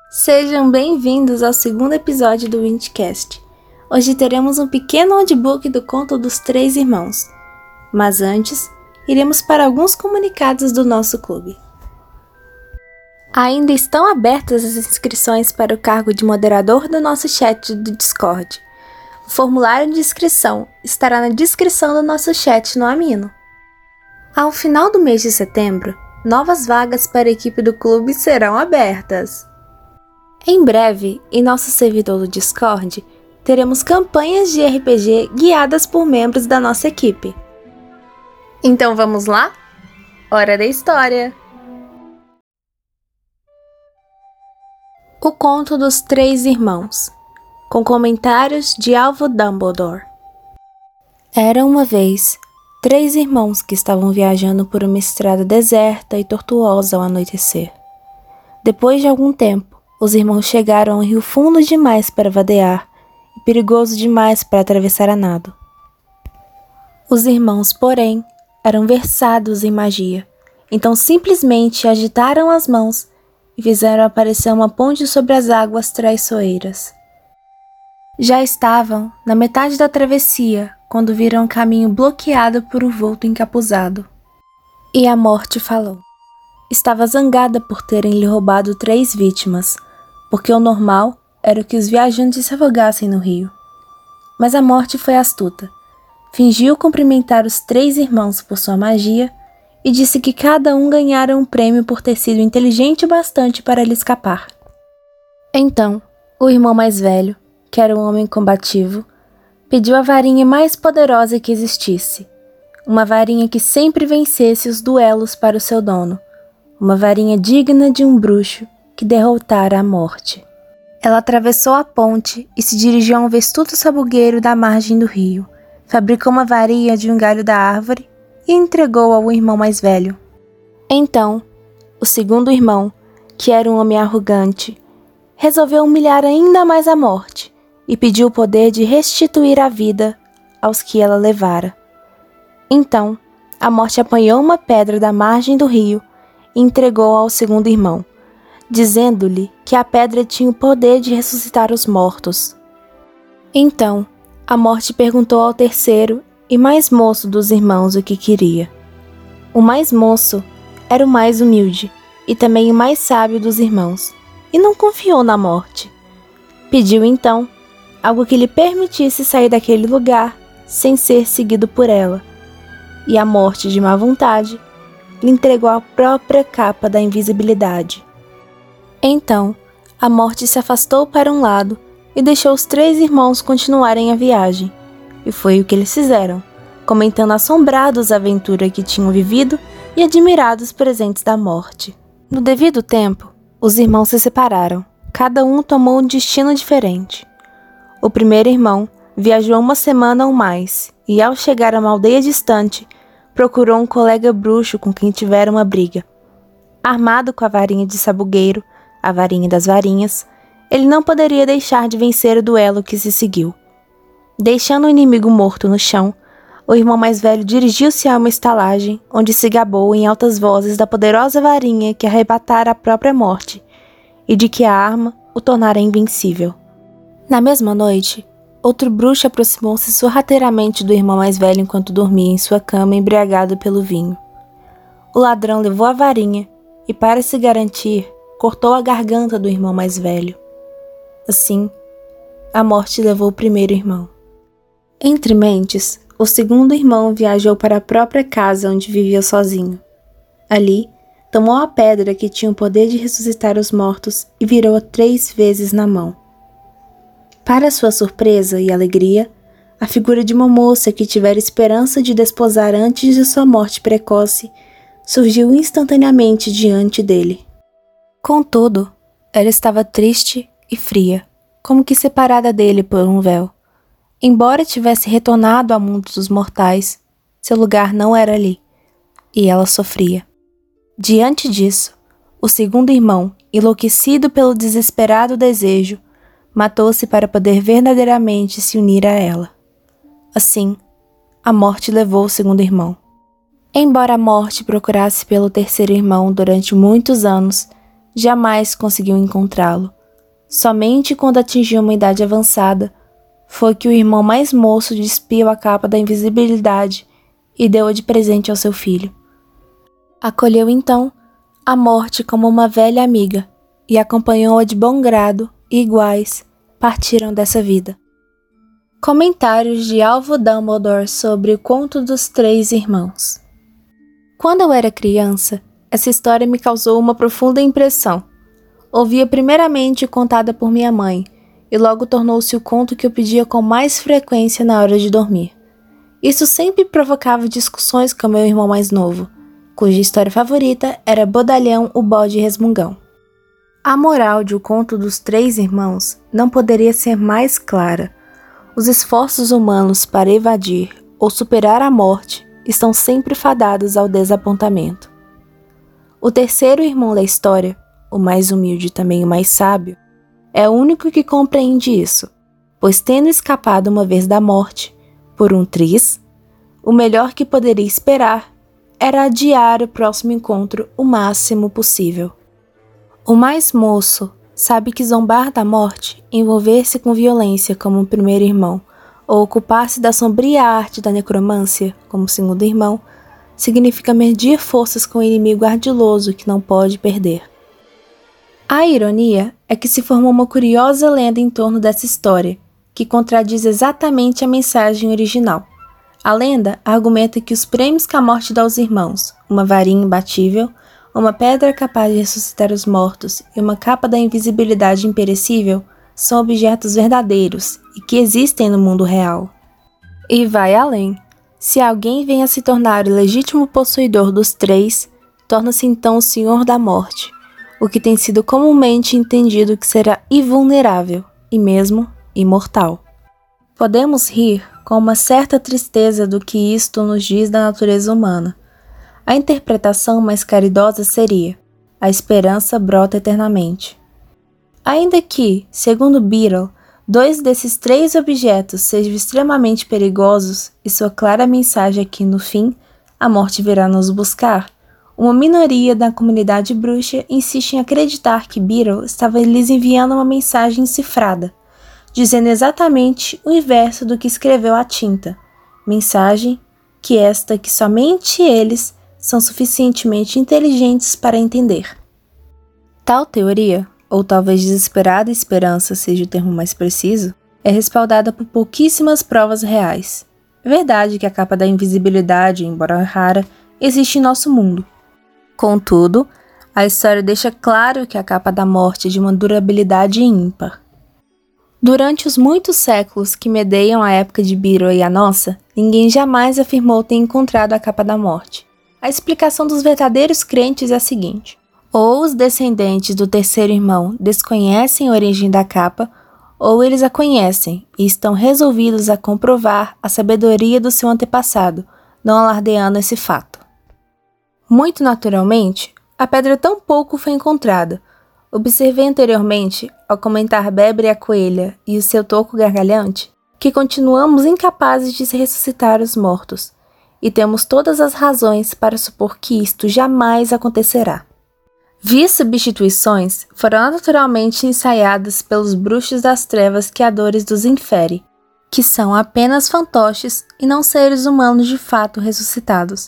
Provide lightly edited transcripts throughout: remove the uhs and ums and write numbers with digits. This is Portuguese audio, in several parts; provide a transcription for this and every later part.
Sejam bem-vindos ao segundo episódio do Windcast. Hoje teremos um pequeno audiobook do conto dos Três Irmãos. Mas antes, iremos para alguns comunicados do nosso clube. Ainda estão abertas as inscrições para o cargo de moderador do nosso chat do Discord. O formulário de inscrição estará na descrição do nosso chat no Amino. Ao final do mês de setembro, novas vagas para a equipe do clube serão abertas. Em breve, em nosso servidor do Discord, teremos campanhas de RPG guiadas por membros da nossa equipe. Então vamos lá? Hora da história! O Conto dos Três Irmãos, com comentários de Alvo Dumbledore. Era uma vez 3 irmãos que estavam viajando por uma estrada deserta e tortuosa ao anoitecer. Depois de algum tempo, os irmãos chegaram a um rio fundo demais para vadear e perigoso demais para atravessar a nado. Os irmãos, porém, eram versados em magia, então simplesmente agitaram as mãos e fizeram aparecer uma ponte sobre as águas traiçoeiras. Já estavam na metade da travessia quando viram o caminho bloqueado por um vulto encapuzado. E a morte falou. Estava zangada por terem lhe roubado 3 vítimas, porque o normal era que os viajantes se afogassem no rio. Mas a morte foi astuta. Fingiu cumprimentar os 3 irmãos por sua magia e disse que cada um ganhara um prêmio por ter sido inteligente o bastante para lhe escapar. Então, o irmão mais velho, que era um homem combativo, pediu a varinha mais poderosa que existisse, uma varinha que sempre vencesse os duelos para o seu dono, uma varinha digna de um bruxo que derrotara a morte. Ela atravessou a ponte e se dirigiu a um vestusto sabugueiro da margem do rio, fabricou uma varinha de um galho da árvore e entregou ao irmão mais velho. Então, o segundo irmão, que era um homem arrogante, resolveu humilhar ainda mais a morte e pediu o poder de restituir a vida aos que ela levara. Então, a morte apanhou uma pedra da margem do rio e entregou ao segundo irmão, dizendo-lhe que a pedra tinha o poder de ressuscitar os mortos. Então, a morte perguntou ao terceiro e mais moço dos irmãos o que queria. O mais moço era o mais humilde e também o mais sábio dos irmãos, e não confiou na morte. Pediu então algo que lhe permitisse sair daquele lugar sem ser seguido por ela, e a morte, de má vontade, lhe entregou a própria capa da invisibilidade. Então, a morte se afastou para um lado e deixou os 3 irmãos continuarem a viagem. E foi o que eles fizeram, comentando assombrados a aventura que tinham vivido e admirados os presentes da morte. No devido tempo, os irmãos se separaram. Cada um tomou um destino diferente. O primeiro irmão viajou 1 semana ou mais e, ao chegar a uma aldeia distante, procurou um colega bruxo com quem tivera uma briga. Armado com a varinha de sabugueiro, a varinha das varinhas, ele não poderia deixar de vencer o duelo que se seguiu. Deixando o inimigo morto no chão, o irmão mais velho dirigiu-se a uma estalagem, onde se gabou em altas vozes da poderosa varinha que arrebatara a própria morte, e de que a arma o tornara invencível. Na mesma noite, outro bruxo aproximou-se sorrateiramente do irmão mais velho enquanto dormia em sua cama embriagado pelo vinho. O ladrão levou a varinha e, para se garantir, cortou a garganta do irmão mais velho. Assim, a morte levou o primeiro irmão. Entre mentes, o segundo irmão viajou para a própria casa onde vivia sozinho. Ali, tomou a pedra que tinha o poder de ressuscitar os mortos e virou-a 3 vezes na mão. Para sua surpresa e alegria, a figura de uma moça que tivera esperança de desposar antes de sua morte precoce surgiu instantaneamente diante dele. Contudo, ela estava triste e fria, como que separada dele por um véu. Embora tivesse retornado ao mundo dos mortais, seu lugar não era ali, e ela sofria. Diante disso, o segundo irmão, enlouquecido pelo desesperado desejo, matou-se para poder verdadeiramente se unir a ela. Assim, a morte levou o segundo irmão. Embora a morte procurasse pelo terceiro irmão durante muitos anos, jamais conseguiu encontrá-lo, Somente quando atingiu uma idade avançada foi que o irmão mais moço despiu a capa da invisibilidade e deu-a de presente ao seu filho. Acolheu então a morte como uma velha amiga e acompanhou-a de bom grado e iguais partiram dessa vida. Comentários de Alvo Dumbledore sobre o Conto dos Três Irmãos. Quando eu era criança, essa história me causou uma profunda impressão. Ouvia primeiramente contada por minha mãe, e logo tornou-se o conto que eu pedia com mais frequência na hora de dormir. Isso sempre provocava discussões com meu irmão mais novo, cuja história favorita era Bodalhão, o bode resmungão. A moral de O Conto dos Três Irmãos não poderia ser mais clara. Os esforços humanos para evadir ou superar a morte estão sempre fadados ao desapontamento. O terceiro irmão da história, o mais humilde e também o mais sábio, é o único que compreende isso, pois tendo escapado uma vez da morte, por um triz, o melhor que poderia esperar era adiar o próximo encontro o máximo possível. O mais moço sabe que zombar da morte, envolver-se com violência como o primeiro irmão, ou ocupar-se da sombria arte da necromância como o segundo irmão, significa medir forças com o inimigo ardiloso que não pode perder. A ironia é que se formou uma curiosa lenda em torno dessa história, que contradiz exatamente a mensagem original. A lenda argumenta que os prêmios que a morte dá aos irmãos, uma varinha imbatível, uma pedra capaz de ressuscitar os mortos e uma capa da invisibilidade imperecível, são objetos verdadeiros e que existem no mundo real. E vai além. Se alguém vem a se tornar o legítimo possuidor dos três, torna-se então o Senhor da Morte, o que tem sido comumente entendido que será invulnerável e mesmo imortal. Podemos rir com uma certa tristeza do que isto nos diz da natureza humana. A interpretação mais caridosa seria: a esperança brota eternamente. Ainda que, segundo Beadle, 2 desses 3 objetos sejam extremamente perigosos e sua clara mensagem é que, no fim, a morte virá nos buscar, uma minoria da comunidade bruxa insiste em acreditar que Beadle estava lhes enviando uma mensagem cifrada, dizendo exatamente o inverso do que escreveu à tinta, mensagem que somente eles são suficientemente inteligentes para entender. Tal teoria, ou talvez desesperada esperança seja o termo mais preciso, é respaldada por pouquíssimas provas reais. É verdade que a capa da invisibilidade, embora rara, existe em nosso mundo. Contudo, a história deixa claro que a capa da morte é de uma durabilidade ímpar. Durante os muitos séculos que medeiam a época de Beadle e a nossa, ninguém jamais afirmou ter encontrado a capa da morte. A explicação dos verdadeiros crentes é a seguinte: ou os descendentes do terceiro irmão desconhecem a origem da capa, ou eles a conhecem e estão resolvidos a comprovar a sabedoria do seu antepassado, não alardeando esse fato. Muito naturalmente, a pedra tampouco foi encontrada. Observei anteriormente, ao comentar Bebre a Coelha e o seu toco gargalhante, que continuamos incapazes de ressuscitar os mortos, e temos todas as razões para supor que isto jamais acontecerá. Vias substituições foram naturalmente ensaiadas pelos bruxos das trevas criadores dos Inferi, que são apenas fantoches e não seres humanos de fato ressuscitados.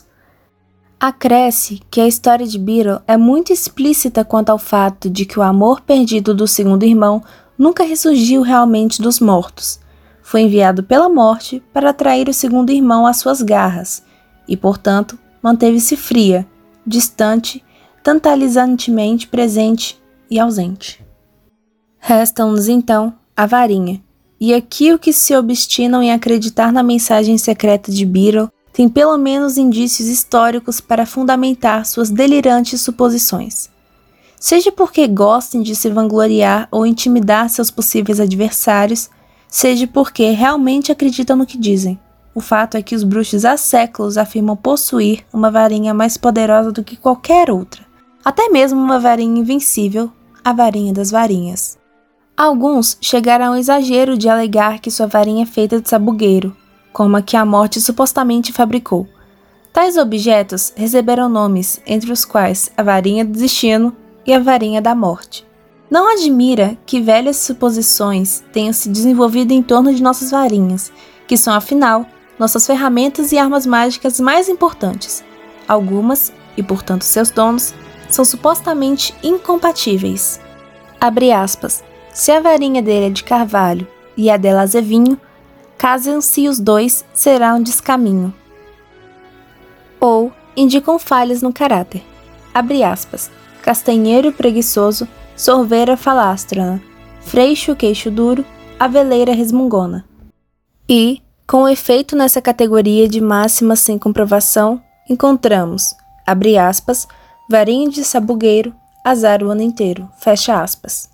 Acresce que a história de Beadle é muito explícita quanto ao fato de que o amor perdido do segundo irmão nunca ressurgiu realmente dos mortos. Foi enviado pela morte para atrair o segundo irmão às suas garras e, portanto, manteve-se fria, distante, tantalizantemente presente e ausente. Restam-nos então a varinha, e aqui o que se obstinam em acreditar na mensagem secreta de Beadle tem pelo menos indícios históricos para fundamentar suas delirantes suposições. Seja porque gostem de se vangloriar ou intimidar seus possíveis adversários, seja porque realmente acreditam no que dizem. O fato é que os bruxos há séculos afirmam possuir uma varinha mais poderosa do que qualquer outra, até mesmo uma varinha invencível, a varinha das varinhas. Alguns chegaram ao exagero de alegar que sua varinha é feita de sabugueiro, como a que a morte supostamente fabricou. Tais objetos receberam nomes, entre os quais a varinha do destino e a varinha da morte. Não admira que velhas suposições tenham se desenvolvido em torno de nossas varinhas, que são, afinal, nossas ferramentas e armas mágicas mais importantes. Algumas, e portanto seus donos, são supostamente incompatíveis. Abre aspas. Se a varinha dele é de carvalho e a dela azevinho, casam-se os dois, será um descaminho. Ou indicam falhas no caráter. Abre aspas. Castanheiro preguiçoso, sorveira falástrona, freixo queixo duro, aveleira resmungona. E, com efeito nessa categoria de máximas sem comprovação, encontramos, abre aspas, varinha de sabugueiro, azar o ano inteiro, fecha aspas.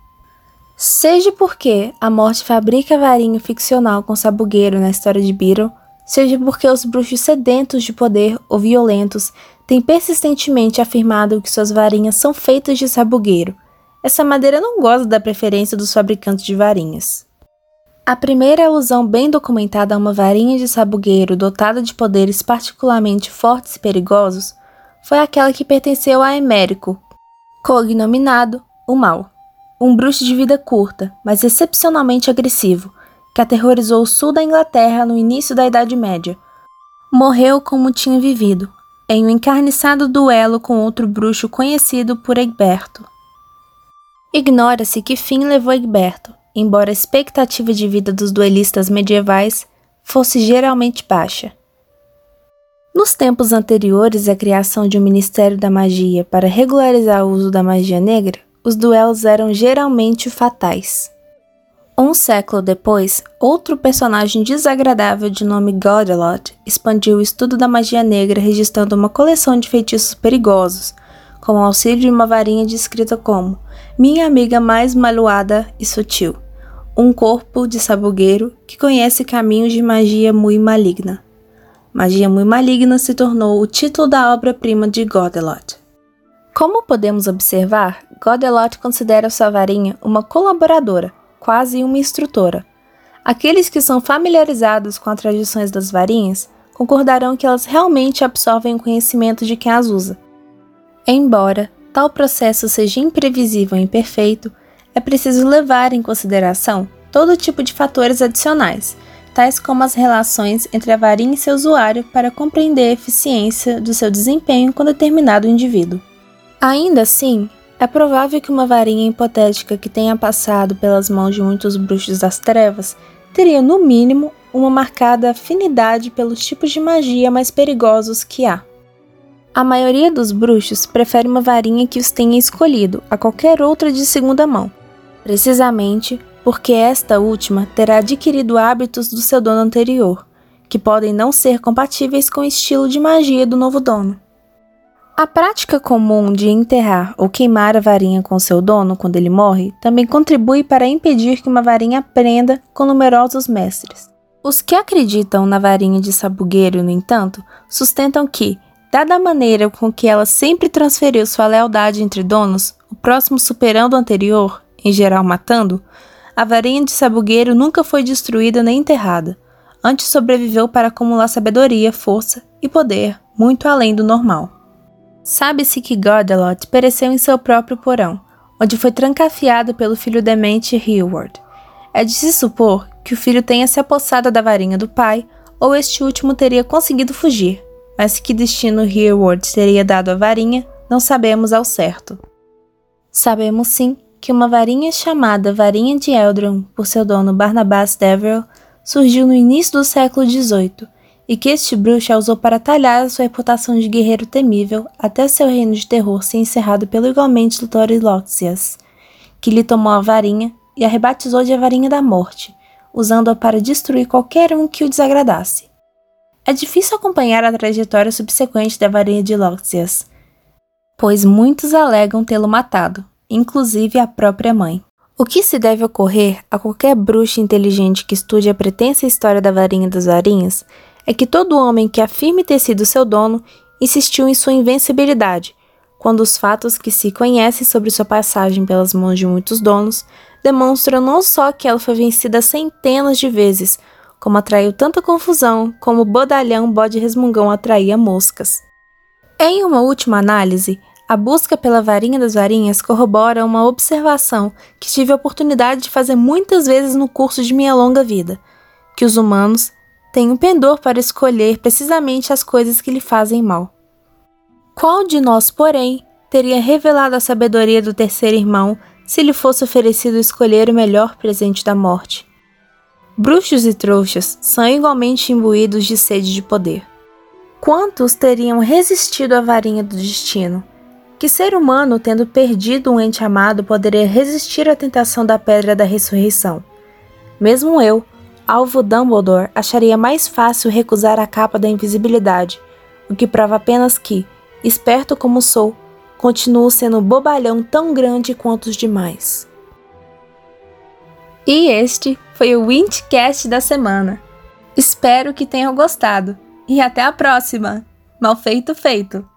Seja porque a morte fabrica varinha ficcional com sabugueiro na história de Beedle, seja porque os bruxos sedentos de poder ou violentos têm persistentemente afirmado que suas varinhas são feitas de sabugueiro, essa madeira não goza da preferência dos fabricantes de varinhas. A primeira alusão bem documentada a uma varinha de sabugueiro dotada de poderes particularmente fortes e perigosos foi aquela que pertenceu a Emérico, cognominado o Mau, um bruxo de vida curta, mas excepcionalmente agressivo, que aterrorizou o sul da Inglaterra no início da Idade Média. Morreu como tinha vivido, em um encarniçado duelo com outro bruxo conhecido por Egberto. Ignora-se que fim levou Egberto, embora a expectativa de vida dos duelistas medievais fosse geralmente baixa. Nos tempos anteriores à criação de um Ministério da Magia para regularizar o uso da magia negra, os duelos eram geralmente fatais. Um século depois, outro personagem desagradável de nome Godelot expandiu o estudo da magia negra registrando uma coleção de feitiços perigosos, com o auxílio de uma varinha descrita como minha amiga mais maluada e sutil, um corpo de sabugueiro que conhece caminhos de magia muito maligna. Magia muito maligna se tornou o título da obra-prima de Godelot. Como podemos observar, Godelot considera sua varinha uma colaboradora, quase uma instrutora. Aqueles que são familiarizados com as tradições das varinhas concordarão que elas realmente absorvem o conhecimento de quem as usa. Embora tal processo seja imprevisível e imperfeito, é preciso levar em consideração todo tipo de fatores adicionais, tais como as relações entre a varinha e seu usuário para compreender a eficiência do seu desempenho com determinado indivíduo. Ainda assim, é provável que uma varinha hipotética que tenha passado pelas mãos de muitos bruxos das trevas teria, no mínimo, uma marcada afinidade pelos tipos de magia mais perigosos que há. A maioria dos bruxos prefere uma varinha que os tenha escolhido a qualquer outra de segunda mão, precisamente porque esta última terá adquirido hábitos do seu dono anterior, que podem não ser compatíveis com o estilo de magia do novo dono. A prática comum de enterrar ou queimar a varinha com seu dono quando ele morre também contribui para impedir que uma varinha aprenda com numerosos mestres. Os que acreditam na varinha de sabugueiro, no entanto, sustentam que, dada a maneira com que ela sempre transferiu sua lealdade entre donos, o próximo superando o anterior, em geral matando, a varinha de sabugueiro nunca foi destruída nem enterrada, antes sobreviveu para acumular sabedoria, força e poder muito além do normal. Sabe-se que Godelot pereceu em seu próprio porão, onde foi trancafiado pelo filho demente Hereward. É de se supor que o filho tenha se apossado da varinha do pai, ou este último teria conseguido fugir, mas que destino Hereward teria dado à varinha, não sabemos ao certo. Sabemos sim que uma varinha chamada Varinha de Eldron, por seu dono Barnabas Deverell, surgiu no início do século XVIII, e que este bruxo a usou para talhar a sua reputação de guerreiro temível até seu reino de terror ser encerrado pelo igualmente doutor Loxias, que lhe tomou a varinha e a rebatizou de a Varinha da Morte, usando-a para destruir qualquer um que o desagradasse. É difícil acompanhar a trajetória subsequente da Varinha de Loxias, pois muitos alegam tê-lo matado, inclusive a própria mãe. O que se deve ocorrer a qualquer bruxo inteligente que estude a pretensa história da Varinha das Varinhas é que todo homem que afirme ter sido seu dono insistiu em sua invencibilidade, quando os fatos que se conhecem sobre sua passagem pelas mãos de muitos donos demonstram não só que ela foi vencida centenas de vezes, como atraiu tanta confusão como o bodalhão bode resmungão atraía moscas. Em uma última análise, A busca pela varinha das varinhas corrobora uma observação que tive a oportunidade de fazer muitas vezes no curso de minha longa vida, que os humanos têm um pendor para escolher precisamente as coisas que lhe fazem mal. Qual de nós, porém, teria revelado a sabedoria do terceiro irmão se lhe fosse oferecido escolher o melhor presente da morte? Bruxos e trouxas são igualmente imbuídos de sede de poder. Quantos teriam resistido à varinha do destino? Que ser humano, tendo perdido um ente amado, poderia resistir à tentação da Pedra da Ressurreição? Mesmo eu, alvo Dumbledore, acharia mais fácil recusar a capa da invisibilidade, o que prova apenas que, esperto como sou, continuo sendo um bobalhão tão grande quanto os demais. E este foi o Windcast da semana. Espero que tenham gostado. E até a próxima! Mal feito, feito!